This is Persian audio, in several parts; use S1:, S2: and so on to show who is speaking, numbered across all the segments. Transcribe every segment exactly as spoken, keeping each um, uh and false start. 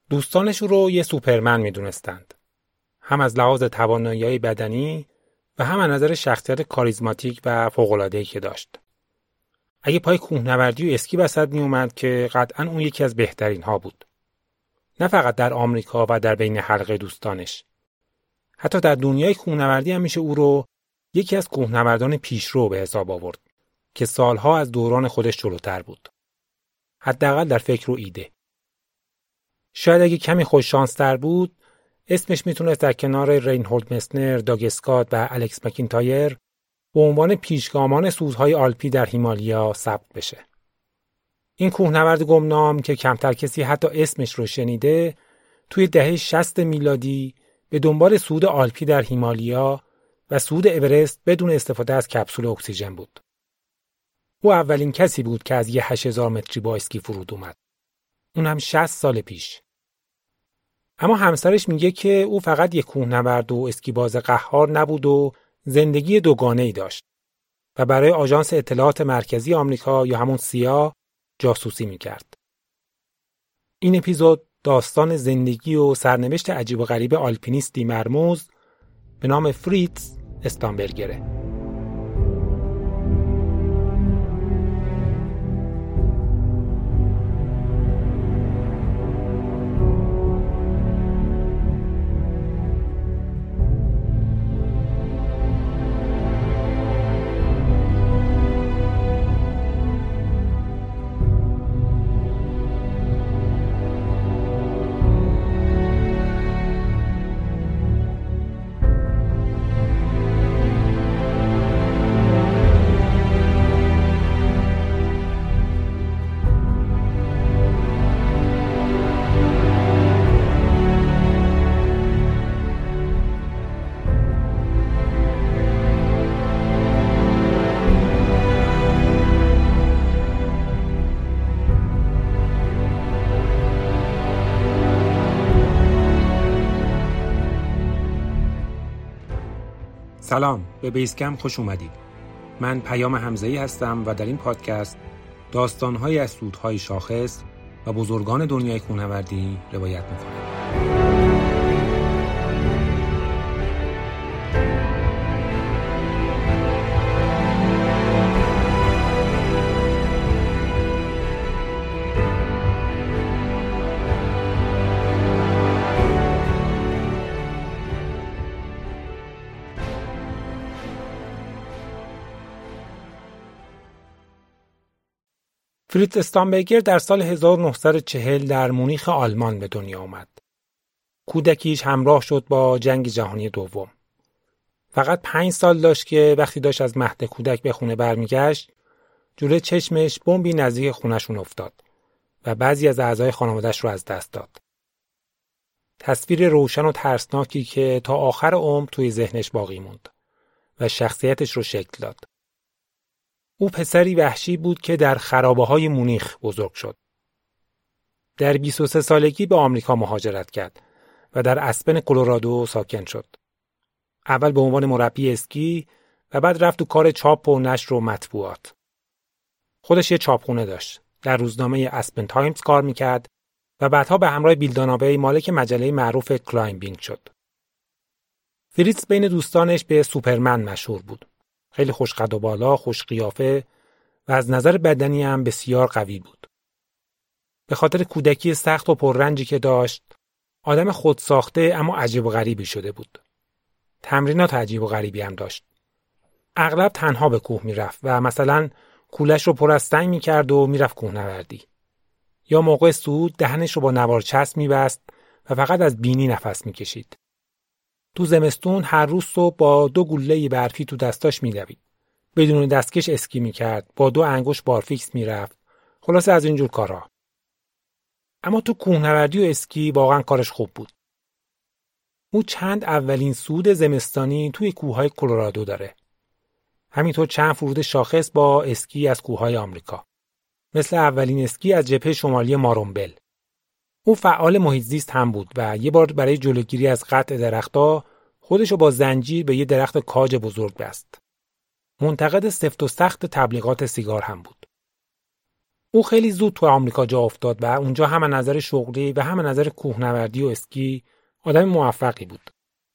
S1: دوستانش او رو یه سوپرمن میدونستند. هم از لحاظ توانایی بدنی و هم از نظر شخصیت کاریزماتیک و فوق‌العاده‌ای که داشت. اگه پای کوهنوردی و اسکی وسط می اومد که قطعاً اون یکی از بهترین ها بود. نه فقط در آمریکا و در بین حلقه دوستانش. حتی در دنیای کوهنوردی هم میشه او رو یکی از کوهنوردان پیشرو به حساب آورد که سالها از دوران خودش جلوتر بود. حداقل در فکر و ایده. شاید اگه کمی خوش شانس تر بود، اسمش میتونست در کنار رینهولد مسنر، داگ اسکات و الکس مکینتایر به عنوان پیشگامان سوزهای آلپی در هیمالیا ثبت بشه. این کوهنورد گمنام که کمتر کسی حتی اسمش رو شنیده، توی دهه شصت میلادی به دنبال صعود آلپی در هیمالیا و صعود اورست بدون استفاده از کپسول اکسیژن بود. او اولین کسی بود که از یه هشت هزار متری با اسکی فرود اومد. اون هم شصت سال پیش. اما همسرش میگه که او فقط یک کوهنورد و اسکیباز قهار نبود و زندگی دوگانه‌ای داشت و برای آژانس اطلاعات مرکزی آمریکا یا همون سیا جاسوسی میکرد. این اپیزود داستان زندگی و سرنوشت عجیب و غریب آلپینیستی مرموز به نام فریتز استامبرگره. سلام، به بیسکم خوش اومدید. من پیام حمزه‌ای هستم و در این پادکست داستان‌هایی از صعودهای شاخص و بزرگان دنیای کوهنوردی روایت می‌کنم. فریتز استامبرگر در سال هزار و نهصد و چهل در مونیخ آلمان به دنیا آمد. کودکیش همراه شد با جنگ جهانی دوم. فقط پنج سال داشت که وقتی داشت از مهد کودک به خونه برمیگشت، جلوی چشمش بمبی نزدیک خونه‌شون افتاد و بعضی از اعضای خانواده‌اش رو از دست داد. تصویر روشن و ترسناکی که تا آخر عمر توی ذهنش باقی موند و شخصیتش رو شکل داد. او پسری وحشی بود که در خرابه‌های مونیخ بزرگ شد. در بیست و سه سالگی به آمریکا مهاجرت کرد و در اسپن کلرادو ساکن شد. اول به عنوان مربی اسکی و بعد رفت تو کار چاپ و نشر و مطبوعات. خودش یه چاپخونه داشت. در روزنامه اسپن تایمز کار میکرد و بعدها به همراه بیل دانابی مالک مجله معروف کلایمبینگ شد. فریتز بین دوستانش به سوپرمن مشهور بود. خیلی خوش قد و بالا، خوش قیافه و از نظر بدنی هم بسیار قوی بود. به خاطر کودکی سخت و پررنجی که داشت، آدم خودساخته اما عجیب و غریبی شده بود. تمرینات عجیب و غریبی هم داشت. اغلب تنها به کوه میرفت و مثلا کولش رو پر از سنگ میکرد و میرفت کوهنوردی. یا موقع صعود دهنش رو با نوار چسب میبست و فقط از بینی نفس میکشید. تو زمستون هر روز صبح با دو گلوله برفی تو دستاش میدوید. بدون دستکش اسکی میکرد، با دو انگشت بارفیکس میرفت. خلاصه از اینجور کارا. اما تو کوهنوردی و اسکی واقعا کارش خوب بود. او چند اولین صعود زمستانی توی کوههای کلرادو داره. همینطور چند فرود شاخص با اسکی از کوههای آمریکا. مثل اولین اسکی از جبهه شمالی مارومبل. او فعال محیط زیست هم بود و یه بار برای جلوگیری از قطع درخت‌ها خودشو با زنجیر به یه درخت کاج بزرگ بست. منتقد سفت و سخت تبلیغات سیگار هم بود. او خیلی زود تو آمریکا جا افتاد و اونجا هم از نظر شغلی و هم از نظر کوهنوردی و اسکی آدم موفقی بود.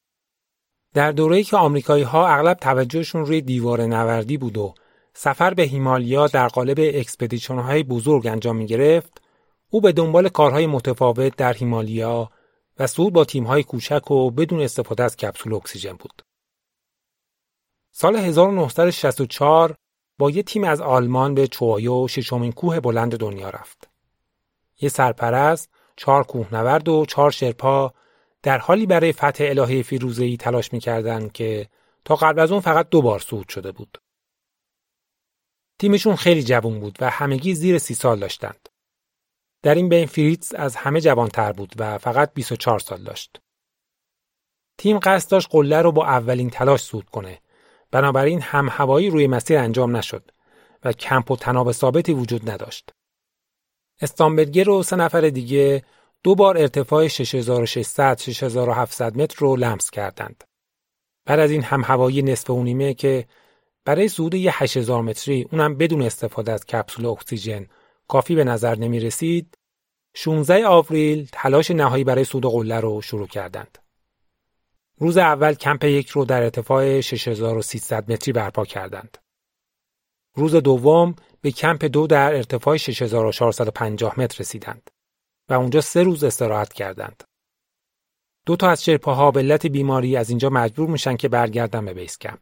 S1: در دوره‌ای که آمریکایی‌ها اغلب توجهشون روی دیواره نوردی بود و سفر به هیمالیا در قالب اکسپدیشن‌های بزرگ انجام می‌گرفت، او به دنبال کارهای متفاوت در هیمالیا و صعود با تیم‌های کوچک و بدون استفاده از کپسول اکسیژن بود. سال هزار و نهصد و شصت و چهار با یه تیم از آلمان به چوایو، ششمین کوه بلند دنیا رفت. یه سرپرست، چهار کوهنورد و چهار شرپا در حالی برای فتح الهه فیروزه‌ای تلاش می‌کردند که تا قبل از اون فقط دو بار صعود شده بود. تیمشون خیلی جوان بود و همگی زیر سی سال داشتند. در این بین فریتز از همه جوان‌تر بود و فقط بیست و چهار سال داشت. تیم قصد داشت قله رو با اولین تلاش صعود کنه. بنابراین هم هوایی روی مسیر انجام نشد و کمپ و تناب ثابتی وجود نداشت. استامبرگر و سه نفر دیگه دو بار ارتفاع شش هزار و ششصد شش هزار و هفتصد متر رو لمس کردند. بعد از این هم هوایی نصف و نیمه که برای صعود یه هشت هزار متری اونم بدون استفاده از کپسول اکسیژن کافی به نظر نمی رسید، شانزدهم آوریل تلاش نهایی برای صعود قله رو شروع کردند. روز اول کمپ یک رو در ارتفاع شش هزار و سیصد متری برپا کردند. روز دوم به کمپ دو در ارتفاع شش هزار و چهارصد و پنجاه متر رسیدند و اونجا سه روز استراحت کردند. دو تا از شرپاها به علت بیماری از اینجا مجبور میشن که برگردن به بیس کمپ.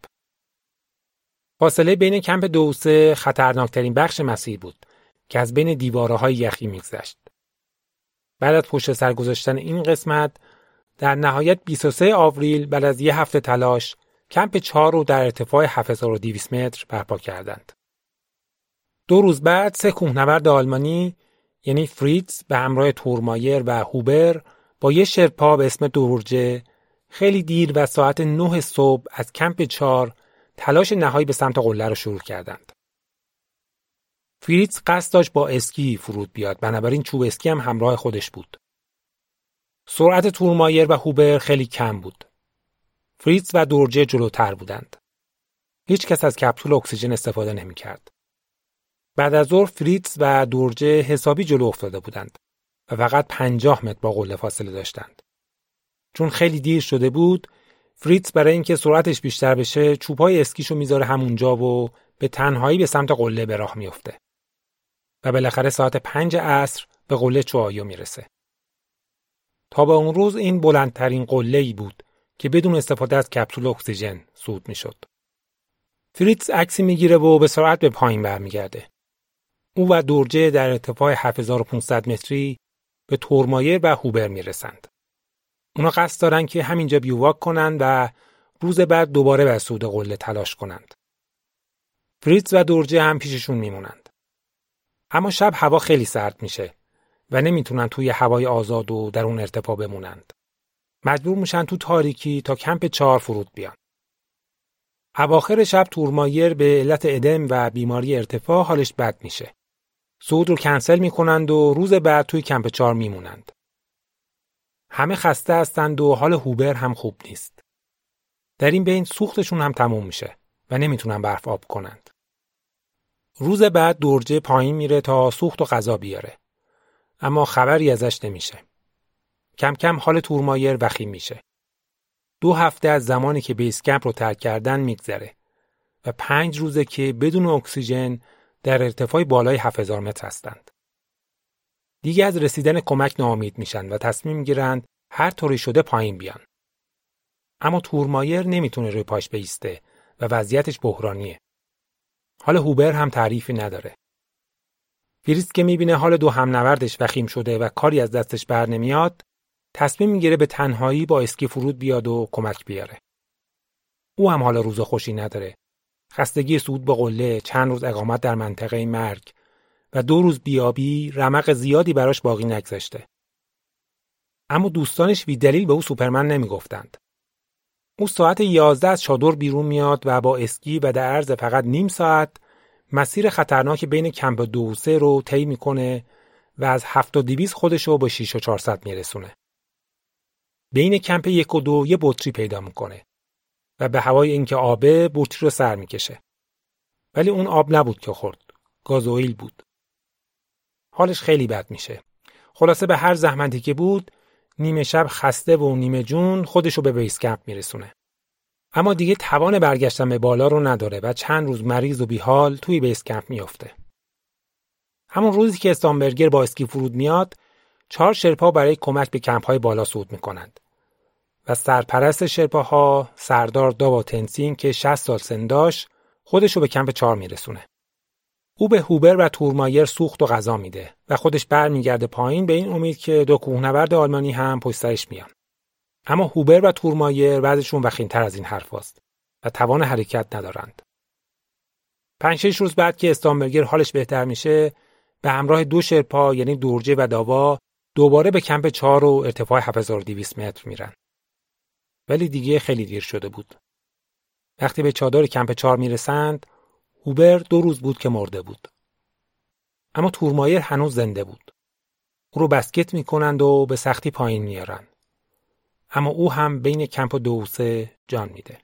S1: فاصله بین کمپ دو و سه خطرناکترین بخش مسیر بود که از بین دیواره‌های یخی میگذشت. بعد از پشت سر گذاشتن این قسمت در نهایت بیست و سوم آوریل بعد از یه هفته تلاش کمپ چهار رو در ارتفاع هفت هزار و دویست متر برپا کردند. دو روز بعد سه کوهنورد آلمانی یعنی فریتز به همراه تورمایر و هوبر با یه شرپا به اسم دورجه خیلی دیر و ساعت نه صبح از کمپ چهار تلاش نهایی به سمت قله رو شروع کردند. فریتز قصد داشت با اسکی فرود بیاد، بنابراین چوب اسکی هم همراه خودش بود. سرعت تورمایر و هوبر خیلی کم بود. فریتز و دورجه جلوتر بودند. هیچ کس از کپسول اکسیژن استفاده نمی کرد. بعد از ظهر فریتز و دورجه حسابی جلو افتاده بودند و فقط پنجاه متر با قله فاصله داشتند. چون خیلی دیر شده بود، فریتز برای اینکه سرعتش بیشتر بشه، چوب‌های اسکیشو میذاره همونجا و به تنهایی به سمت قله به راه میفته. و بالاخره ساعت پنج عصر به قله چوایو میرسه. تا به اون روز این بلندترین قله‌ای بود که بدون استفاده از کپسول اکسیژن صعود میشد. فریتز عکسی میگیره و به سرعت به پایین برمیگرده. او و دورجه در ارتفاع هفت هزار و پانصد متری به تورمایر و هوبر میرسند. اونا قصد دارن که همینجا بیواک کنن و روز بعد دوباره به صعود قله تلاش کنند. فریتز و دورجه هم پیششون میمونند. اما شب هوا خیلی سرد میشه و نمیتونن توی هوای آزاد و در اون ارتفاع بمونند. مجبور میشن تو تاریکی تا کمپ چهار فرود بیان. اواخر شب تورمایر به علت ادم و بیماری ارتفاع حالش بد میشه. صعود رو کنسل میکنند و روز بعد توی کمپ چهار میمونند. همه خسته هستند و حال هوبر هم خوب نیست. در این بین سوختشون هم تموم میشه و نمیتونن برف آب کنند. روز بعد دورجه پایین میره تا سوخت و غذا بیاره. اما خبری ازش نمیشه. کم کم حال تورمایر وخیم میشه. دو هفته از زمانی که بیس کمپ رو ترک کردن میگذره و پنج روزه که بدون اکسیژن در ارتفاع بالای هفت هزار متر هستند. دیگه از رسیدن کمک ناامید میشن و تصمیم میگیرند هر طوری شده پایین بیان. اما تورمایر نمیتونه روی پاش بایسته و وضعیتش بحرانیه. حال هوبر هم تعریفی نداره. فریتز که میبینه حال دو همنوردش وخیم شده و کاری از دستش بر نمیاد، تصمیم میگیره به تنهایی با اسکی فرود بیاد و کمک بیاره. او هم حال روز خوشی نداره. خستگی صعود به قله، چند روز اقامت در منطقه مرگ و دو روز بیابی رمق زیادی براش باقی نگذاشته. اما دوستانش بی دلیل به او سوپرمن نمیگفتند. او ساعت یازده از چادر بیرون میاد و با اسکی و در عرض فقط نیم ساعت مسیر خطرناک بین کمپ دو و سه رو طی میکنه و از هفت و دویست خودش رو به شش و چهارصد میرسونه. بین کمپ یک و دو یه بطری پیدا میکنه و به هوای اینکه آبه بطری رو سر میکشه. ولی اون آب نبود که خورد. گازوئیل بود. حالش خیلی بد میشه. خلاصه به هر زحمتی که بود نیمه شب خسته و نیمه جون خودشو به بیس کمپ میرسونه. اما دیگه توان برگشتن به بالا رو نداره و چند روز مریض و بیحال توی بیس کمپ میفته. همون روزی که استامبرگر با اسکی فرود میاد، چهار شرپا برای کمک به کمپ‌های بالا صعود میکنند. و سرپرست شرپاها سردار داوا تنسین که شصت سال سن داشت خودشو به کمپ چهار میرسونه. او به هوبر و تورمایر سوخت و غذا میده و خودش برمیگرده پایین به این امید که دو کوهنورد آلمانی هم پشت سرش میان. اما هوبر و تورمایر وضعشون وخیم‌تر از این حرفاست و توان حرکت ندارند. پنج شش روز بعد که استامبرگر حالش بهتر میشه، به همراه دو شرپا یعنی دورجه و داوا دوباره به کمپ چهار و ارتفاع هفت هزار و دویست متر میرن. ولی دیگه خیلی دیر شده بود. وقتی به چادر کمپ چهار میرسند، هوبر دو روز بود که مرده بود. اما تورمایر هنوز زنده بود. او رو بسکت میکنند و به سختی پایین میارن. اما او هم بین کمپ دو و سه جان میده.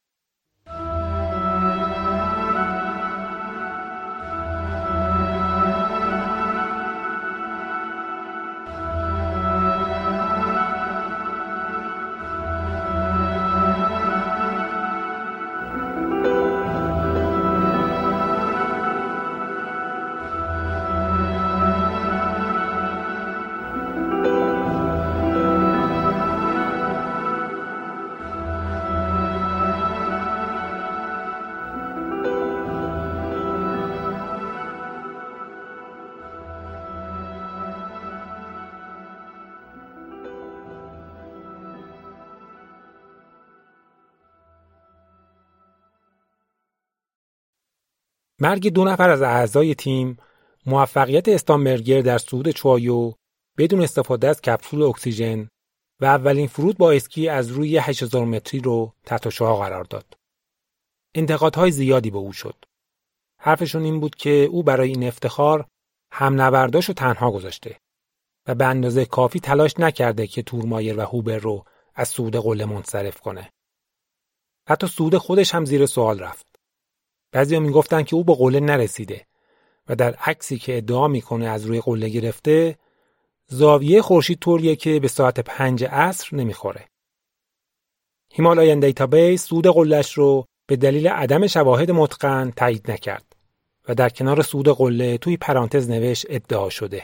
S1: مرگ دو نفر از اعضای تیم، موفقیت استامبرگر در صعود چوایو بدون استفاده از کپسول اکسیژن و اولین فرود با اسکی از روی هشت هزار متری رو تحت شعاع قرار داد. انتقادهای زیادی به او شد. حرفشون این بود که او برای این افتخار هم نورداشو تنها گذاشته و به اندازه کافی تلاش نکرده که تورمایر و هوبر رو از صعود قله منصرف کنه. حتی صعود خودش هم زیر سوال رفت. بعضیا میگفتن که او به قله نرسیده و در عکسی که ادعا میکنه از روی قله گرفته، زاویه خورشید طوریه که به ساعت پنج عصر نمیخوره. هیمالاین دیتابیس صعود قله‌اش رو به دلیل عدم شواهد متقن تایید نکرد و در کنار صعود قله توی پرانتز نوشت ادعا شده.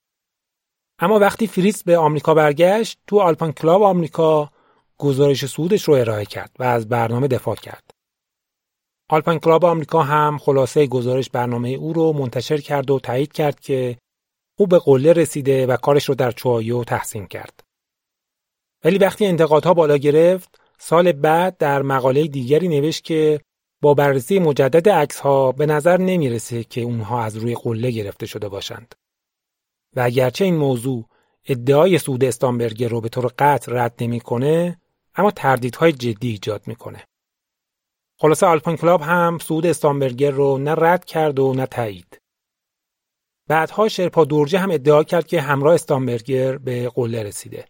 S1: اما وقتی فریتز به آمریکا برگشت، تو آلپاین کلاب آمریکا گزارش صعودش رو ارائه کرد و از برنامه دفاع کرد. آلپاین کلاب آمریکا هم خلاصه گزارش برنامه او رو منتشر کرد و تایید کرد که او به قله رسیده و کارش رو در چوایو تحسین کرد. ولی وقتی انتقادها بالا گرفت، سال بعد در مقاله دیگری نوشت که با بررسی مجدد عکس‌ها به نظر نمیرسه که اونها از روی قله گرفته شده باشند. و اگرچه این موضوع ادعای صعود استامبرگر رو به طور قطع رد نمی‌کنه، اما تردیدهای جدی ایجاد می‌کنه. خلاصه آلپاین کلاب هم صعود استامبرگر رو نه رد کرد و نه تایید. بعدها شرپا دورجه هم ادعا کرد که همراه استامبرگر به قله رسیده.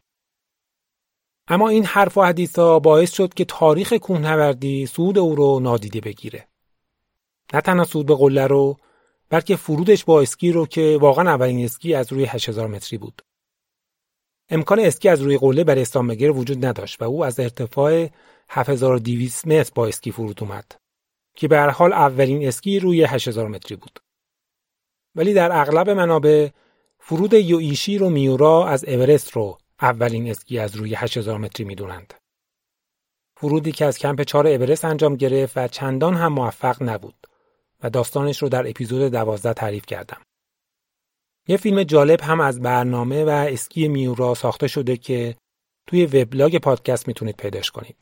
S1: اما این حرف و حدیثا باعث شد که تاریخ کوهنوردی صعود او رو نادیده بگیره. نه تنها صعود به قله رو، بلکه فرودش با اسکی رو که واقعا اولین اسکی از روی هشت هزار متری بود. امکان اسکی از روی قله برای استامبرگر وجود نداشت و او از ارتفاع هفت هزار و دویست متر با اسکی فرود اومد که به هر حال اولین اسکی روی هشت هزار متری بود. ولی در اغلب منابع فرود یوئیشی رو میورا از اورست رو اولین اسکی از روی هشت هزار متری میدونند. فرودی که از کمپ چهار اورست انجام گرفت و چندان هم موفق نبود و داستانش رو در اپیزود دوازده تعریف کردم. یه فیلم جالب هم از برنامه و اسکی میورا ساخته شده که توی وبلاگ پادکست میتونید پیداش کنید.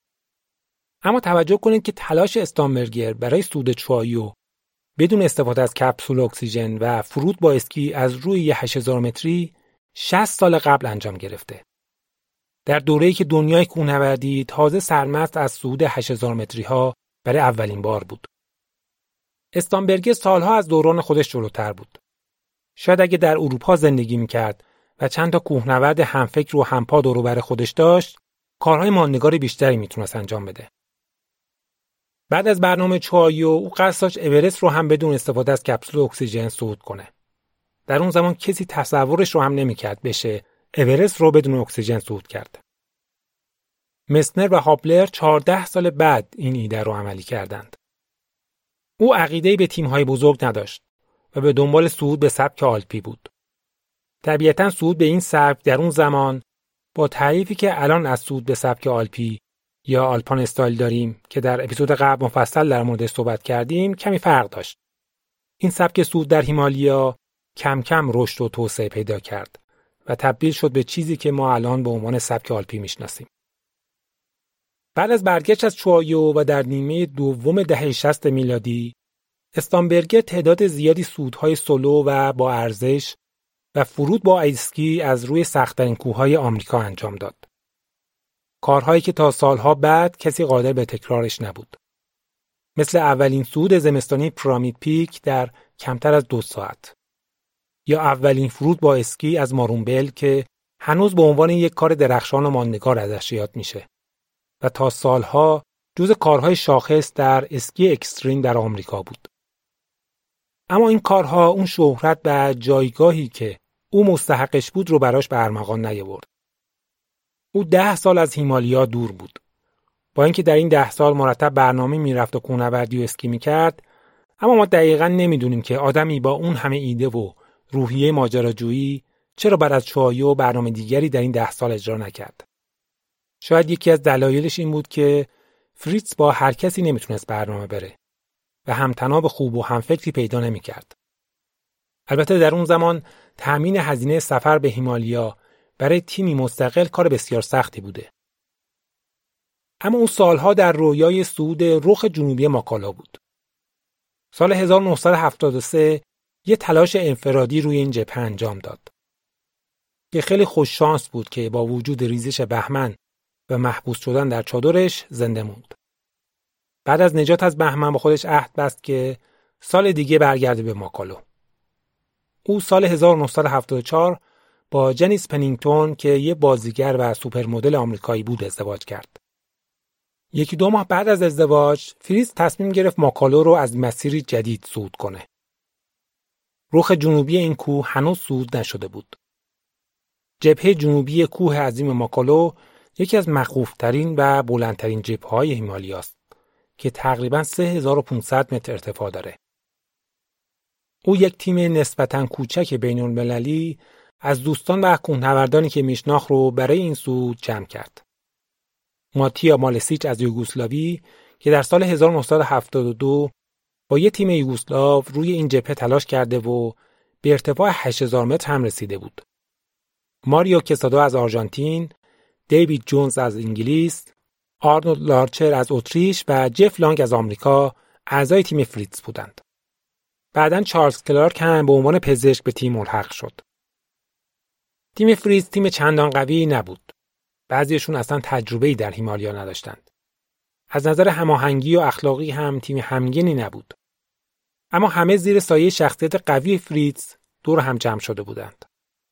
S1: اما توجه کنید که تلاش استامبرگر برای صعود چوایو بدون استفاده از کپسول اکسیژن و فرود با اسکی از روی هشت هزار متری شصت سال قبل انجام گرفته. در دوره‌ای که دنیای کوهنوردی تازه سرمست از صعود هشت هزار متری ها برای اولین بار بود. استامبرگر سالها از دوران خودش جلوتر بود. شاید اگه در اروپا زندگی می‌کرد و چند تا کوهنورد همفکر و همپا دور و بر خودش داشت، کارهای ماندگار بیشتری میتونست انجام بده. بعد از برنامه چوایو او قصد داشت اورست رو هم بدون استفاده از کپسول اکسیژن صعود کنه. در اون زمان کسی تصورش رو هم نمی‌کرد بشه اورست رو بدون اکسیژن صعود کرد. مسنر و هاپلر چهارده سال بعد این ایده رو عملی کردند. او عقیده‌ای به تیم‌های بزرگ نداشت و به دنبال صعود به سبک آلپی بود. طبیعتاً صعود به این سبک در اون زمان با تعریفی که الان از صعود به سبک آلپی یا آلپان استایل داریم که در اپیزود قبل مفصل در موردش صحبت کردیم کمی فرق داشت. این سبک صعود در هیمالیا کم کم رشد و توسعه پیدا کرد و تبدیل شد به چیزی که ما الان به عنوان سبک آلپی میشناسیم. بعد از برگشت از چوایو و در نیمه دوم دهه شصت میلادی، استامبرگر تعداد زیادی صعودهای سولو و با ارزش و فرود با اسکی از روی سخت‌ترین کوههای آمریکا انجام داد. کارهایی که تا سالها بعد کسی قادر به تکرارش نبود. مثل اولین صعود زمستانی پیرامید پیک در کمتر از دو ساعت. یا اولین فرود با اسکی از مارونبل که هنوز به عنوان یک کار درخشان و ماندگار ازش یاد میشه و تا سالها جز کارهای شاخص در اسکی اکستریم در آمریکا بود. اما این کارها اون شهرت و جایگاهی که او مستحقش بود رو براش به ارمغان نیاورد. او ده سال از هیمالیا دور بود. با اینکه در این ده سال مرتب برنامه میرفت و کوهنوردی و اسکی میکرد، اما ما دقیقاً نمیدونیم که آدمی با اون همه ایده و روحیه ماجراجویی چرا بعد از چوایو برنامه دیگری در این ده سال اجرا نکرد. شاید یکی از دلایلش این بود که فریتز با هر کسی نمیتونست برنامه بره و همتناب خوب و همفکری پیدا نمیکرد. البته در اون زمان تأمین هزینه سفر به هیمالیا برای تیمی مستقل کار بسیار سختی بوده. اما اون سالها در رویای صعود رخ جنوبی ماکالا بود. سال هزار و نهصد و هفتاد و سه یه تلاش انفرادی روی این جبهه انجام داد که خیلی خوش شانس بود که با وجود ریزش بهمن و محبوس شدن در چادرش زنده موند. بعد از نجات از بهمن با خودش عهد بست که سال دیگه برگرده به ماکالو. او سال هزار و نهصد و هفتاد و چهار با جنیس پنینگتون که یه بازیگر و سوپر مدل آمریکایی بود ازدواج کرد. یکی دو ماه بعد از ازدواج فریتز تصمیم گرفت ماکالو رو از مسیری جدید صعود کنه. رخ جنوبی این کوه هنوز صعود نشده بود. جبهه جنوبی کوه عظیم ماکالو یکی از مخوف‌ترین و بلندترین جبهه‌های هیمالیاست که تقریباً سه هزار و پانصد متر ارتفاع داره. او یک تیم نسبتاً کوچک بین‌المللی از دوستان و کوهنوردانی که میشناخت رو برای این صعود جمع کرد. ماتیا مالسیچ از یوگسلاوی که در سال هزار و نهصد و هفتاد و دو با یک تیم یوگسلاو روی این جبهه تلاش کرده و به ارتفاع هشت هزار متر هم رسیده بود. ماریو کسادو از آرژانتین، دیوید جونز از انگلیس، آرنولد لارچر از اتریش و جف لانگ از آمریکا اعضای تیم فریتز بودند. بعداً چارلز کلارک هم به عنوان پزشک به تیم ملحق شد. تیم فریتز تیم چندان قوی نبود. بعضیشون اصلا تجربه‌ای در هیمالیا نداشتند. از نظر هماهنگی و اخلاقی هم تیم همگنی نبود. اما همه زیر سایه شخصیت قوی فریتز دور هم جمع شده بودند.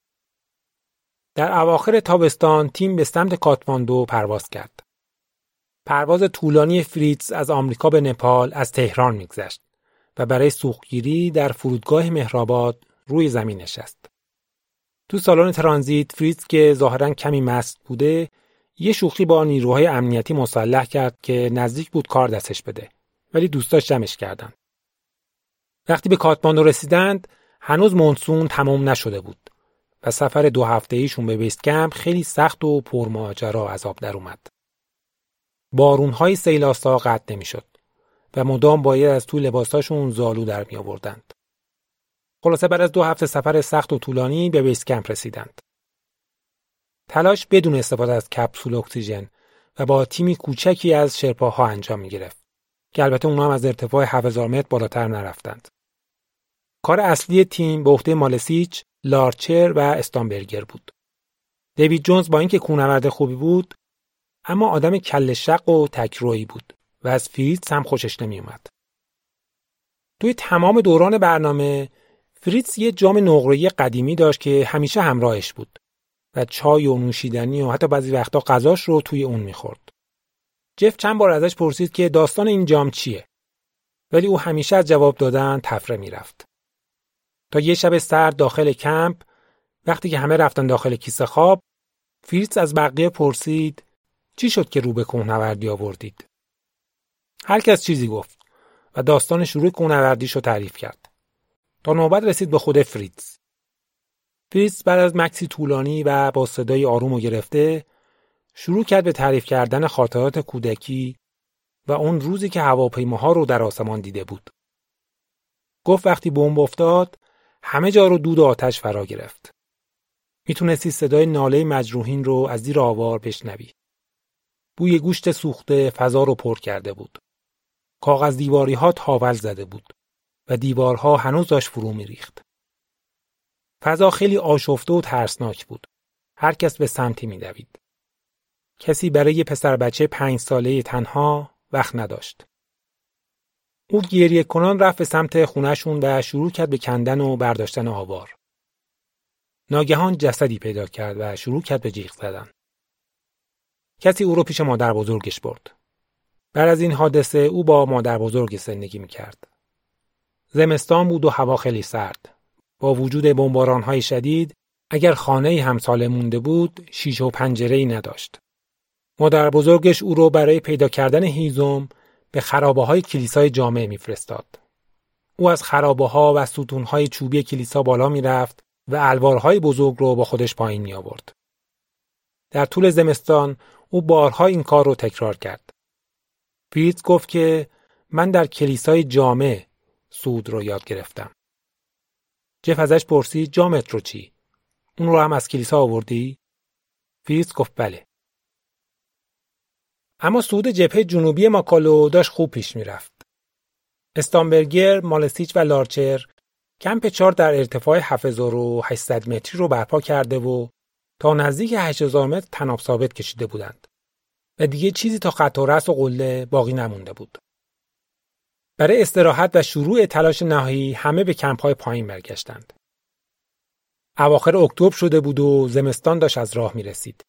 S1: در اواخر تابستان تیم به سمت کاتماندو پرواز کرد. پرواز طولانی فریتز از آمریکا به نپال از تهران میگذشت و برای سوختگیری در فرودگاه مهرآباد روی زمین نشست. تو سالن ترانزیت فریتز که ظاهراً کمی مست بوده، یه شوخی با نیروهای امنیتی مسلح کرد که نزدیک بود کار دستش بده، ولی دوستاش جمعش کردند. وقتی به کاتماندو رسیدند، هنوز مونسون تمام نشده بود و سفر دو هفته‌ایشون به بیس کمپ خیلی سخت و پرماجرا از آب در اومد. بارون‌های سیل‌آسا قطع نمی‌شد و مدام باید از تو لباساشون زالو در می‌آوردند. خلاصه بعد از دو هفته سفر سخت و طولانی به بیس کمپ رسیدند. تلاش بدون استفاده از کپسول اکسیژن و با تیمی کوچکی از شرپاها انجام می‌گرفت که البته اونها هم از ارتفاع هفت هزار متر بالاتر نرفتند. کار اصلی تیم به عهده مالسیچ، لارچر و استامبرگر بود. دیوید جونز با اینکه کوهنورد خوبی بود، اما آدم کله شق و تک‌رویی بود و از فریتز هم خوشش نمی‌اومد. توی تمام دوران برنامه فریتز یه جام نقره‌ای قدیمی داشت که همیشه همراهش بود و چای و نوشیدنی و حتی بعضی وقتا غذاش رو توی اون می‌خورد. جف چند بار ازش پرسید که داستان این جام چیه، ولی او همیشه از جواب دادن تفره می‌رفت. تا یه شب سرد داخل کمپ، وقتی که همه رفتن داخل کیسه خواب، فریتز از بقیه پرسید چی شد که رو به کوهنوردی آوردید؟ هر کس چیزی گفت و داستان شروع کوهنوردیش رو تعریف کرد. تا نوبت رسید به خود فریتز. فریتز بعد از مکسی طولانی و با صدای آروم و گرفته شروع کرد به تعریف کردن خاطرات کودکی و اون روزی که هواپیماها رو در آسمان دیده بود. گفت وقتی بمب افتاد همه جا رو دود و آتش فرا گرفت. میتونستی صدای ناله مجروحین رو از زیر آوار بشنوی. بوی گوشت سوخته فضا رو پر کرده بود. کاغذ دیواری ها تاول زده بود و دیوارها هنوز داشت فرو میریخت. فضا خیلی آشفته و ترسناک بود. هر کس به سمتی میدوید. کسی برای یه پسر بچه پنج ساله تنها وقت نداشت. او گریه کنان رفت به سمت خونه‌شون و شروع کرد به کندن و برداشتن آوار. ناگهان جسدی پیدا کرد و شروع کرد به جیغ زدن. کسی او رو پیش مادر بزرگش برد. بعد از این حادثه او با مادر بزرگ زندگی میکرد. زمستان بود و هوا خیلی سرد. با وجود بمباران‌های شدید، اگر خانه‌ای هم سالم مونده بود، شیشه و پنجره‌ای نداشت. مادر بزرگش او رو برای پیدا کردن هیزم به خرابه‌های کلیسای جامع میفرستاد. او از خرابه‌ها و ستون‌های چوبی کلیسا بالا میرفت و الوارهای بزرگ رو با خودش پایین می آورد. در طول زمستان او بارها این کار رو تکرار کرد. فریتز گفت که من در کلیسای جامع سود رو یاد گرفتم. جف ازش پرسید جامت رو چی؟ اون رو هم از کلیسا آوردی؟ فریتز گفت بله. اما سود جبهه جنوبی ماکالو داشت خوب پیش می رفت. استامبرگر، مالسیچ و لارچر کمپ چار در ارتفاع هفت هزار و هشتصد متری رو برپا کرده و تا نزدیک هشت هزار متر طناب ثابت کشیده بودند و دیگه چیزی تا خط و رأس و قله باقی نمونده بود. برای استراحت و شروع تلاش نهایی همه به کمپ‌های پایین برگشتند. اواخر اکتبر شده بود و زمستان داشت از راه می‌رسید.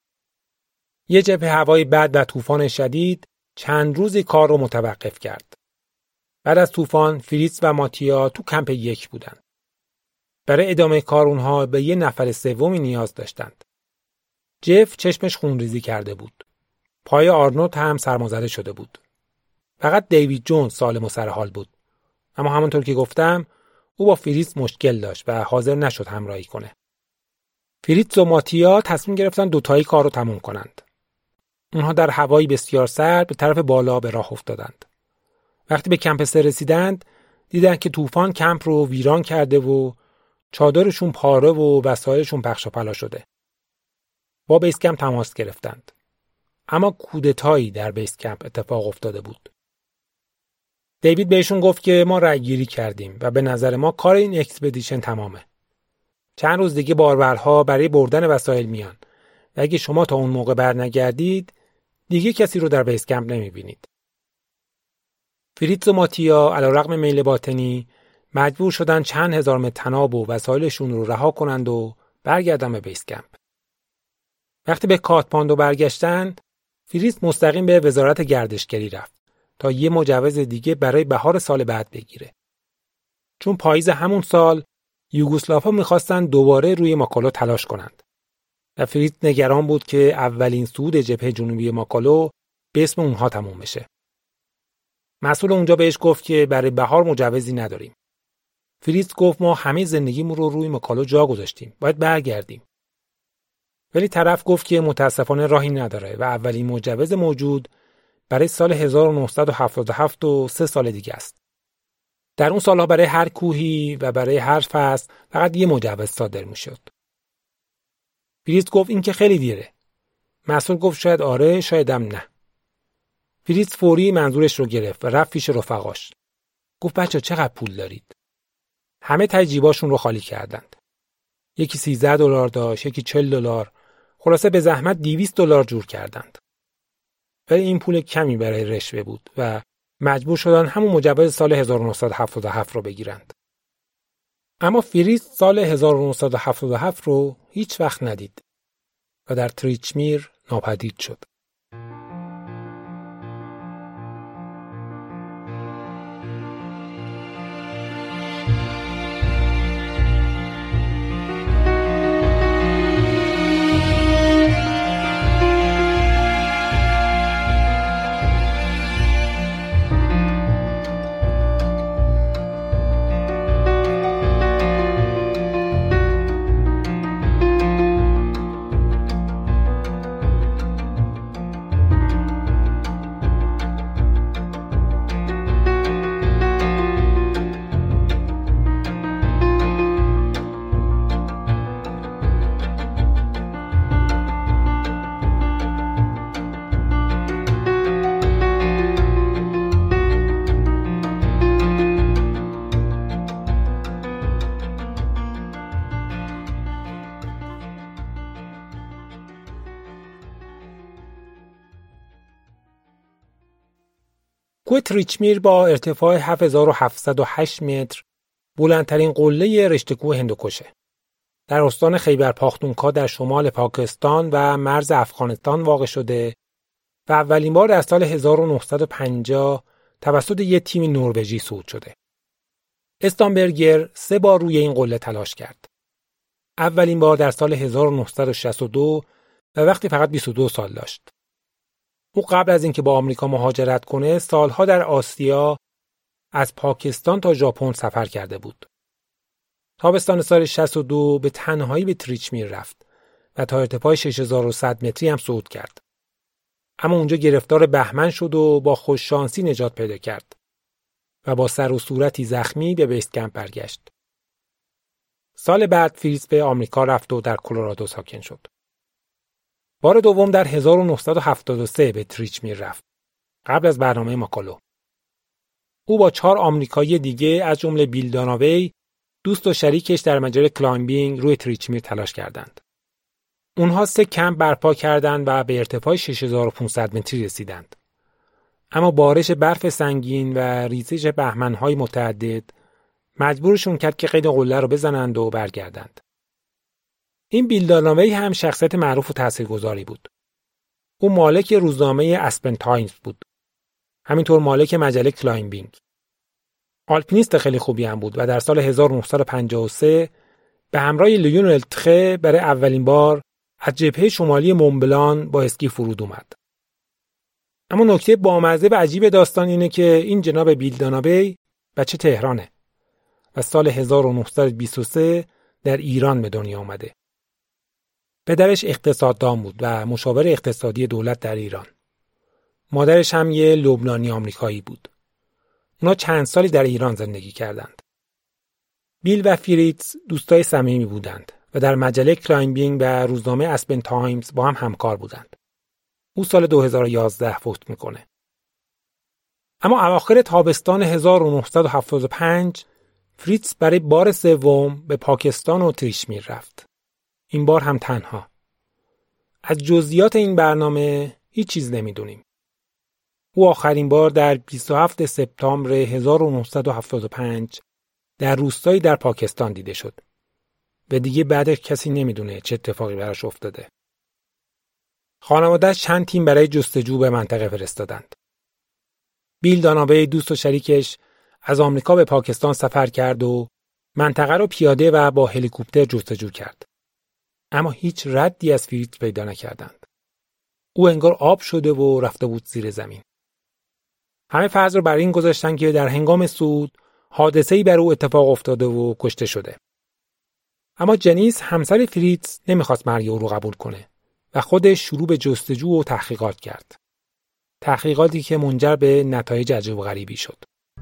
S1: یه جبهه هوای بد و طوفان شدید چند روزی کار رو متوقف کرد. بعد از طوفان فریتز و ماتیا تو کمپ یک بودند. برای ادامه کار اونها به یه نفر سومی نیاز داشتند. جف چشمش خونریزی کرده بود. پای آرنولد هم سرمازده شده بود. فقط دیوید جونز سالم و سرحال بود. اما همونطور که گفتم او با فریتز مشکل داشت و حاضر نشد همراهی کنه. فریتز و ماتیا تصمیم گرفتن دوتایی کار رو تموم کنند. اونها در هوایی بسیار سرد به طرف بالا به راه افتادند. وقتی به کمپ سه رسیدند دیدن که طوفان کمپ رو ویران کرده و چادرشون پاره و وسایلشون پخش و پلا شده. با بیس کمپ تماس گرفتند. اما کودتایی در بیس کمپ اتفاق افتاده بود. دیوید بهشون گفت که ما رأی گیری کردیم و به نظر ما کار این اکسپدیشن تمامه. چند روز دیگه باربرها برای بردن وسایل میان و اگه شما تا اون موقع برنگردید دیگه کسی رو در بیس کمپ نمیبینید. فریتز و ماتیا علیرغم میل باطنی مجبور شدن چند هزار متر طناب و وسایلشون رو رها کنند و برگردن به بیس کمپ. وقتی به کاتماندو برگشتند، فریتز مستقیم به وزارت گردشگری رفت تا یه مجوز دیگه برای بهار سال بعد بگیره. چون پاییز همون سال یوگسلاوها می‌خواستن دوباره روی ماکالو تلاش کنند. و فریتز نگران بود که اولین صعود جبهه جنوبی ماکالو به اسم اونها تموم بشه. مسئول اونجا بهش گفت که برای بهار مجوزی نداریم. فریتز گفت ما همه زندگیمون رو روی ماکالو جا گذاشتیم. باید برگردیم. ولی طرف گفت که متاسفانه راهی نداره و اولین مجوز موجود برای سال هزار و نهصد و هفتاد و هفت و سه سال دیگه است. در اون سالها برای هر کوهی و برای هر فصل فقط یه مجوز صادر میشد. فریتز گفت این که خیلی دیره. مسئول گفت شاید آره شاید هم نه. فریتز فوری منظورش رو گرفت و رفت پیش رفقاش. گفت بچه چقدر پول دارید؟ همه تای جیباشون رو خالی کردند. یکی سیزده دلار داشت، یکی چهل دلار. خلاصه به زحمت دویست دلار جور کردند. ولی این پول کمی برای رشوه بود و مجبور شدن همون مجوز سال هزار و نهصد و هفتاد و هفت رو بگیرند. اما فریتز سال هزار و نهصد و هفتاد و هفت رو هیچ وقت ندید و در تریچمیر ناپدید شد. کوه تریچمیر با ارتفاع هفت هزار و هفتصد و هشت متر بلندترین قله رشته کوه هندوکشه. در استان خیبر پاختونخوا در شمال پاکستان و مرز افغانستان واقع شده و اولین بار در سال هزار و نهصد و پنجاه توسط یک تیم نروژی صعود شده. استامبرگر سه بار روی این قله تلاش کرد. اولین بار در سال هزار و نهصد و شصت و دو و وقتی فقط بیست و دو سال داشت. او قبل از اینکه با آمریکا مهاجرت کنه سالها در آسیا از پاکستان تا ژاپن سفر کرده بود. تابستان سال شصت و دو به تنهایی به تریچمیر رفت و تا ارتفاع شش هزار و صد متری هم صعود کرد. اما اونجا گرفتار بهمن شد و با خوششانسی نجات پیدا کرد و با سر و صورتی زخمی به بیس کمپ برگشت. سال بعد فریتز به آمریکا رفت و در کلرادو ساکن شد. بار دوم در هزار و نهصد و هفتاد و سه به تریچمیر رفت، قبل از برنامه ماکالو. او با چهار آمریکایی دیگه از جمله بیل داناوی، دوست و شریکش در مجال کلایمبینگ روی تریچمیر تلاش کردند. اونها سه کمپ برپا کردند و به ارتفاع شش هزار و پانصد متری رسیدند. اما بارش برف سنگین و ریزش بهمن‌های متعدد مجبورشون کرد که قید قله رو بزنند و برگردند. این بیل داناوی هم شخصیت معروف و تاثیرگذاری بود. او مالک روزنامه اسپن تایمز بود. همینطور مالک مجله کلایمبینگ. آلپینیست خیلی خوبی هم بود و در سال هزار و نهصد و پنجاه و سه به همراه لیونل تخه برای اولین بار از جبهه شمالی مونبلان با اسکی فرود اومد. اما نکته بامزه و عجیب داستان اینه که این جناب بیل داناوی بچه تهرانه و سال هزار و نهصد و بیست و سه در ایران به دنیا آمده. پدرش اقتصاددان بود و مشاور اقتصادی دولت در ایران. مادرش هم یه لبنانی آمریکایی بود. اونا چند سالی در ایران زندگی کردند. بیل و فریتز دوستای صمیمی بودند و در مجله کلایمبینگ و روزنامه اسپن تایمز با هم همکار بودند. او سال دو هزار و یازده فوت میکنه. اما اواخر تابستان هزار و نهصد و هفتاد و پنج فریتز برای بار سوم به پاکستان و تریچمیر رفت. این بار هم تنها. از جزئیات این برنامه هیچ چیز نمیدونیم. او آخرین بار در بیست و هفتم سپتامبر هزار و نهصد و هفتاد و پنج در روستایی در پاکستان دیده شد. و دیگه بعدش کسی نمیدونه چه اتفاقی براش افتاده. خانواده‌اش چند تیم برای جستجو به منطقه فرستادند. بیل داناوی دوست و شریکش از آمریکا به پاکستان سفر کرد و منطقه رو پیاده و با هلیکوپتر جستجو کرد. اما هیچ ردی از فریتز پیدا نکردند. او انگار آب شده و رفته بود زیر زمین. همه فرض رو بر این گذاشتن که در هنگام صعود حادثه‌ای بر او اتفاق افتاده و کشته شده. اما جنیس همسر فریتز نمیخواست مرگ او رو قبول کنه و خودش شروع به جستجو و تحقیقات کرد. تحقیقاتی که منجر به نتایج عجیب و غریبی شد.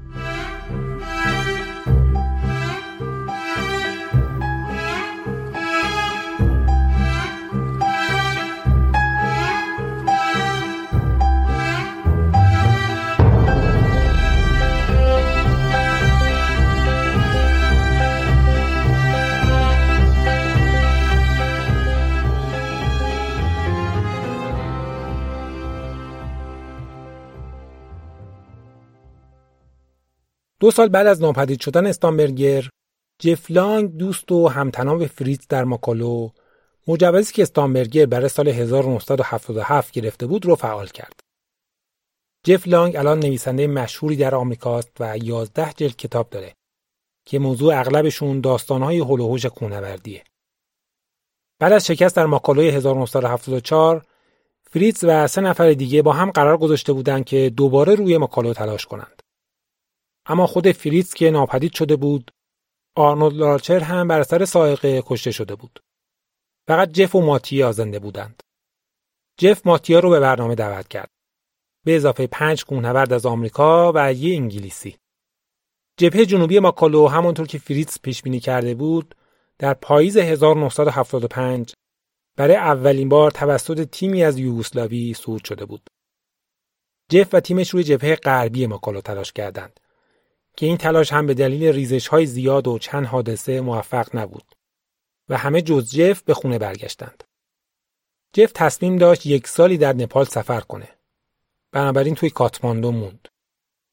S1: دو سال بعد از ناپدید شدن استامبرگر، جف لانگ دوست و همتناب فریتز در ماکالو مجوزی که استامبرگر برای سال هزار و نهصد و هفتاد و هفت گرفته بود رو فعال کرد. جف لانگ الان نویسنده مشهوری در آمریکاست و یازده جلد کتاب داره که موضوع اغلبشون داستان‌های هول و هوش کوهنوردیه. بعد از شکست در ماکالو هزار و نهصد و هفتاد و چهار، فریتز و سه نفر دیگه با هم قرار گذاشته بودند که دوباره روی ماکالو تلاش کنند. اما خود فریتز که ناپدید شده بود، آرنولد لارچر هم بر اثر صاعقه کشته شده بود. فقط جف و ماتیا زنده بودند. جف ماتیا رو به برنامه دعوت کرد. به اضافه پنج کوهنورد از آمریکا و یک انگلیسی. جبهه جنوبی ماکالو همونطور که فریتز پیش بینی کرده بود، در پاییز هزار و نهصد و هفتاد و پنج برای اولین بار توسط تیمی از یوگسلاوی صعود شده بود. جف و تیمش روی جبهه غربی ماکالو تلاش کردند که این تلاش هم به دلیل ریزش‌های زیاد و چند حادثه موفق نبود و همه جز جف به خونه برگشتند. جف تصمیم داشت یک سالی در نپال سفر کنه. بنابراین توی کاتماندو موند.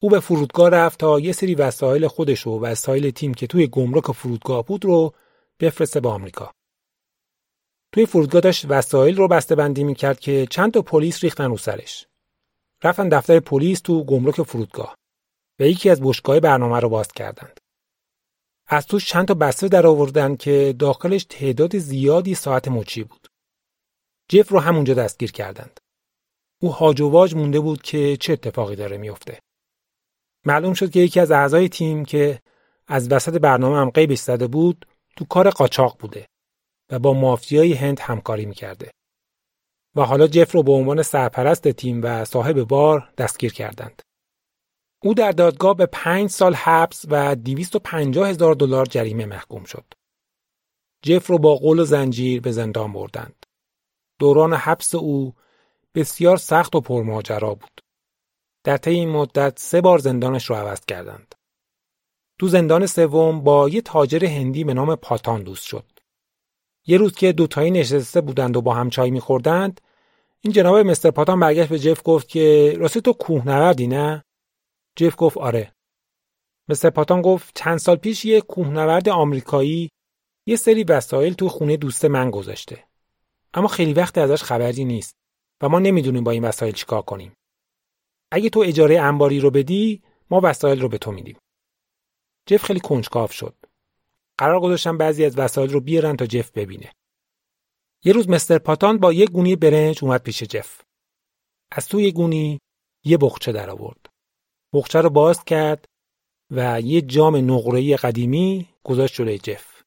S1: او به فرودگاه رفت تا یه سری وسایل خودش و وسایل تیم که توی گمرک فرودگاه بود رو بفرسته به آمریکا. توی فرودگاه داشت وسایل رو بسته‌بندی می‌کرد که چند تا پلیس ریختن رو سرش. رفتن دفتر پلیس تو گمرک فرودگاه و یکی از بشکه‌های برنامه رو باز کردند. از توش چند تا بسته در آوردن که داخلش تعداد زیادی ساعت مچی بود. جف رو همونجا دستگیر کردند. او هاج و واج مونده بود که چه اتفاقی داره میفته. معلوم شد که یکی از اعضای تیم که از وسط برنامه هم غیبش زده بود تو کار قاچاق بوده و با مافیای هند همکاری میکرده. و حالا جف رو به عنوان سرپرست تیم و صاحب بار دستگیر کردند. او در دادگاه به پنج سال حبس و دویست و پنجاه هزار دلار جریمه محکوم شد. جف رو با غل و زنجیر به زندان بردند. دوران حبس او بسیار سخت و پرماجرا بود. در طی این مدت سه بار زندانش رو عوض کردند. تو زندان سوم با یه تاجر هندی به نام پاتان دوست شد. یه روز که دوتایی نشسته بودند و با هم چای می‌خوردند، این جناب مستر پاتان برگشت به جف گفت که راستی تو کوهنوردی نه؟ جف گفت آره. مستر پاتان گفت چند سال پیش یه کوهنورد آمریکایی یه سری وسایل تو خونه دوست من گذاشته. اما خیلی وقت ازش خبری نیست و ما نمیدونیم با این وسایل چیکار کنیم. اگه تو اجاره انباری رو بدی، ما وسایل رو به تو میدیم. جف خیلی کنجکاو شد. قرار گذاشتن بعضی از وسایل رو بیارن تا جف ببینه. یه روز مستر پاتان با یه گونی برنج اومد پیش جف. از توی گونی یه بخچه در آورد. بخچه رو باز کرد و یه جام نقره‌ای قدیمی گذاشت جلوی جف.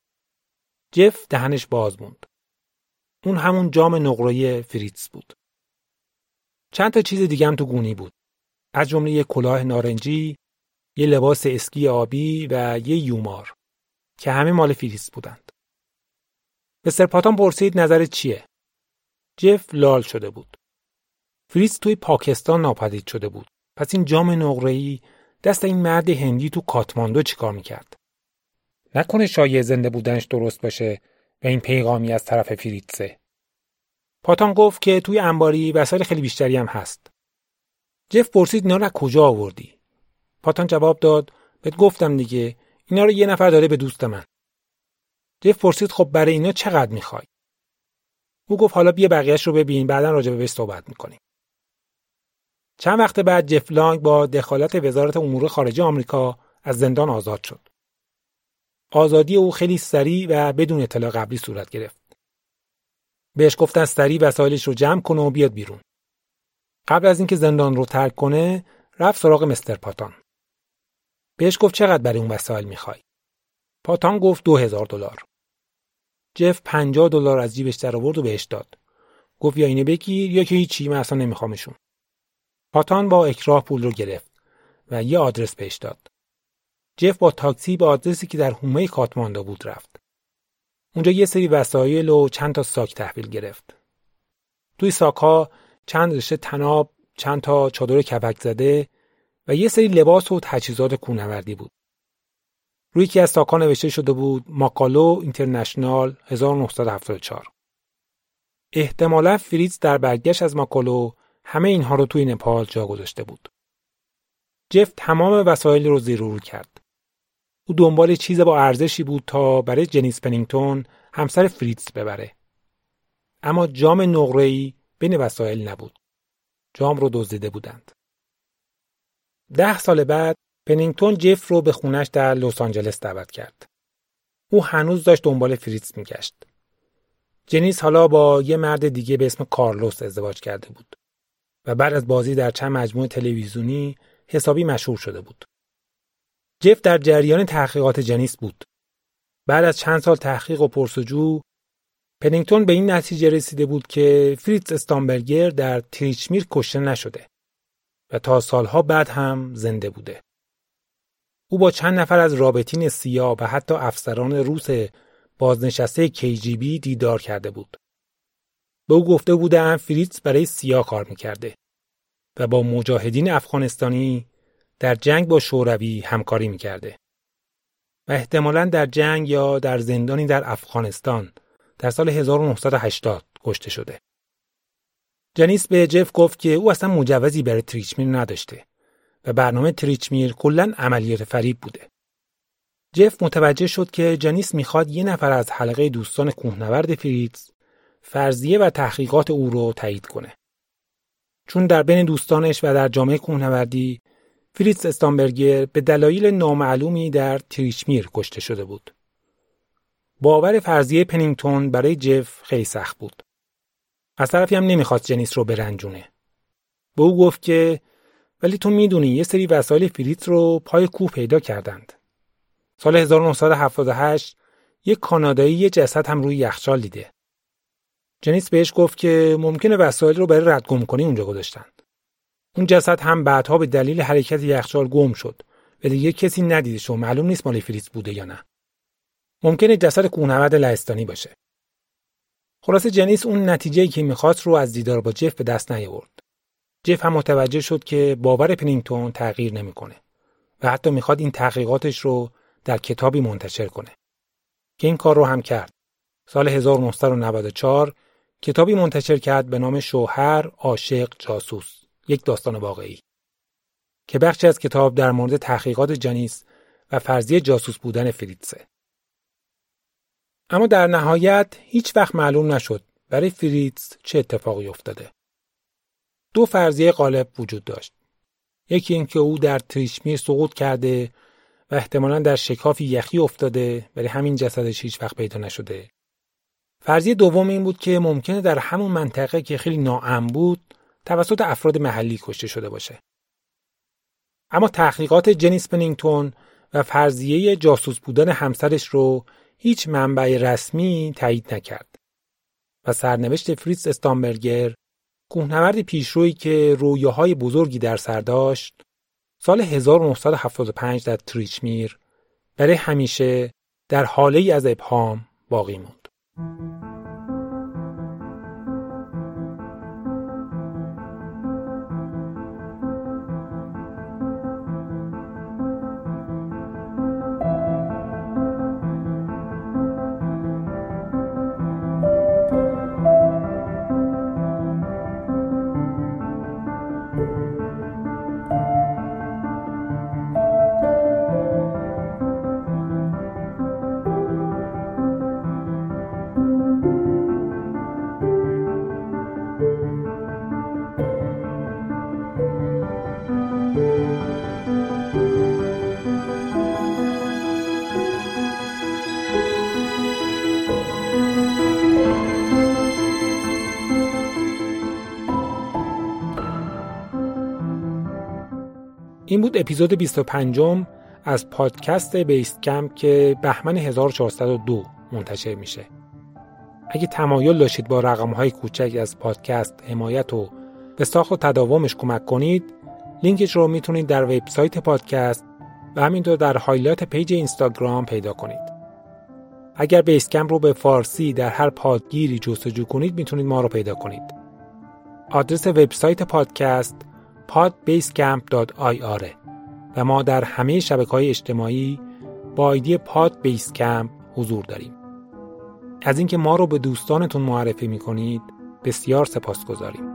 S1: جف دهنش باز موند. اون همون جام نقره‌ای فریتز بود. چند تا چیز دیگه هم تو گونی بود. از جمله یه کلاه نارنجی، یه لباس اسکی آبی و یه یومار که همه مال فریتز بودند. مستر پاتان پرسید نظرت چیه؟ جف لال شده بود. فریتز توی پاکستان ناپدید شده بود. پس این جام نقره‌ای دست این مرد هندی تو کاتماندو چیکار میکرد؟ نکنه شایعه زنده بودنش درست باشه و این پیغامی از طرف فریتزه. پاتان گفت که توی انباری وسایل خیلی بیشتری هم هست. جف پرسید اینا رو از کجا آوردی؟ پاتان جواب داد بهت گفتم دیگه، اینا رو یه نفر داره به دوست من. جف پرسید خب برای اینا چقدر میخوای؟ او گفت حالا بیا بقیه‌اش رو ببین، بعداً راجع بهش صحبت میکنیم. چند وقت بعد جف لانگ با دخالت وزارت امور خارجه آمریکا از زندان آزاد شد. آزادی او خیلی سریع و بدون اطلاع قبلی صورت گرفت. بهش گفتن سریع وسایلش رو جمع کنه و بیاد بیرون. قبل از اینکه زندان رو ترک کنه، رفت سراغ مستر پاتان. بهش گفت چقدر برای اون وسایل میخوای؟ پاتان گفت دو هزار دلار. جف پنجاه دلار از جیبش در آورد و بهش داد. گفت یا اینو بگیر یا که هیچی، من اصلا نمیخوامشون. پاتان با اکراه پول رو گرفت و یه آدرس بهش داد. جف با تاکسی به آدرسی که در حومه کاتماندو بود رفت. اونجا یه سری وسایل و چند تا ساک تحویل گرفت. توی ساک‌ها چند رشته طناب، چند تا چادر کپک زده و یه سری لباس و تجهیزات کوهنوردی بود. روی یکی از ساک‌ها نوشته شده بود ماکالو اینترنشنال هزار و نهصد و هفتاد و چهار. احتمالاً فریتز در برگشت از ماکالو همه اینها رو توی نپال جا گذاشته بود. جف تمام وسایل رو زیر و رو کرد. او دنبال چیز با ارزشی بود تا برای جنیس پنینگتون همسر فریتز ببره. اما جام نقره‌ای بین وسایل نبود. جام رو دزدیده بودند. ده سال بعد پنینگتون جف رو به خونش در لس آنجلس دعوت کرد. او هنوز داشت دنبال فریتز میگشت. جنیس حالا با یه مرد دیگه به اسم کارلوس ازدواج کرده بود و بعد از بازی در چند مجموعه تلویزیونی حسابی مشهور شده بود. جف در جریان تحقیقات جنیس بود. بعد از چند سال تحقیق و پرسجو، پنینگتون به این نتیجه رسیده بود که فریتز استامبرگر در تریچمیر کشته نشده و تا سالها بعد هم زنده بوده. او با چند نفر از رابطین سیا و حتی افسران روس بازنشسته کی جی بی دیدار کرده بود. به او گفته بودند فریتز برای سیا کار میکرده و با مجاهدین افغانستانی در جنگ با شوروی همکاری میکرده و احتمالاً در جنگ یا در زندانی در افغانستان در سال هزار و نهصد و هشتاد کشته شده. جنیس به جف گفت که او اصلا مجوزی برای تریچمیر نداشته و برنامه تریچمیر کلاً عملیات فریب بوده. جف متوجه شد که جنیس میخواد یه نفر از حلقه دوستان کوهنورد فریتز فرضیه و تحقیقات او رو تایید کنه. چون در بین دوستانش و در جامعه کوهنوردی فریتز استامبرگر به دلایل نامعلومی در تریچمیر کشته شده بود. باور فرضیه پنینگتون برای جف خیلی سخت بود. از طرفی هم نمیخواست جنیس رو برنجونه. به او گفت که ولی تو میدونی یه سری وسایل فریتز رو پای کوه پیدا کردند. سال هزار و نهصد و هفتاد و هشت یک کانادایی یه جسد هم روی یخچال دیده. جنیس بهش گفت که ممکنه وسایل رو برای ردگم کنی اونجا گذاشتن. اون جسد هم بعدها به دلیل حرکت یخچال گم شد و دیگه کسی ندیدش و معلوم نیست مال فریتز بوده یا نه. ممکنه جسد کوهنورد لهستانی باشه. خلاصه جنیس اون نتیجه‌ای که می‌خواست رو از دیدار با جف به دست نیاورد. جف هم متوجه شد که باور پنینگتون تغییر نمی‌کنه و حتی می‌خواد این تحقیقاتش رو در کتابی منتشر کنه. که این کار رو هم کرد. سال هزار و نهصد و نود و چهار کتابی منتشر کرد به نام شوهر، عاشق، جاسوس، یک داستان واقعی. که بخشی از کتاب در مورد تحقیقات جنیس و فرضیه جاسوس بودن فریتزه. اما در نهایت هیچ وقت معلوم نشد برای فریتز چه اتفاقی افتاده. دو فرضیه غالب وجود داشت. یکی این که او در تریچمیر سقوط کرده و احتمالاً در شکافی یخی افتاده ولی همین جسدش هیچ وقت پیدا نشده. فرضیه دوم این بود که ممکنه در همون منطقه که خیلی ناامن بود توسط افراد محلی کشته شده باشه. اما تحقیقات جنیس پنینگتون و فرضیه جاسوس بودن همسرش رو هیچ منبع رسمی تایید نکرد. و سرنوشت فریتز استامبرگر، کوهنورد پیشرویی که رویاهای بزرگی در سر داشت، سال هزار و نهصد و هفتاد و پنج در تریچمیر برای همیشه در حاله‌ای از ابهام باقی موند. این بود اپیزود بیست و پنجم از پادکست بیس کمپ که بهمن هزار و چهارصد و دو منتشر میشه. اگه تمایل داشتید با رقم‌های کوچک از پادکست حمایت و به ساخت و تداومش کمک کنید، لینکش رو میتونید در وبسایت پادکست و همینطور در هایلایت پیج اینستاگرام پیدا کنید. اگر بیس کمپ رو به فارسی در هر پادگیری جستجو کنید میتونید ما رو پیدا کنید. آدرس وبسایت پادکست پاد بیس کمپ دات آی آر و ما در همه شبکه‌های اجتماعی با آیدی پاد بیس کمپ حضور داریم. از اینکه ما رو به دوستانتون معرفی می‌کنید بسیار سپاسگزاریم.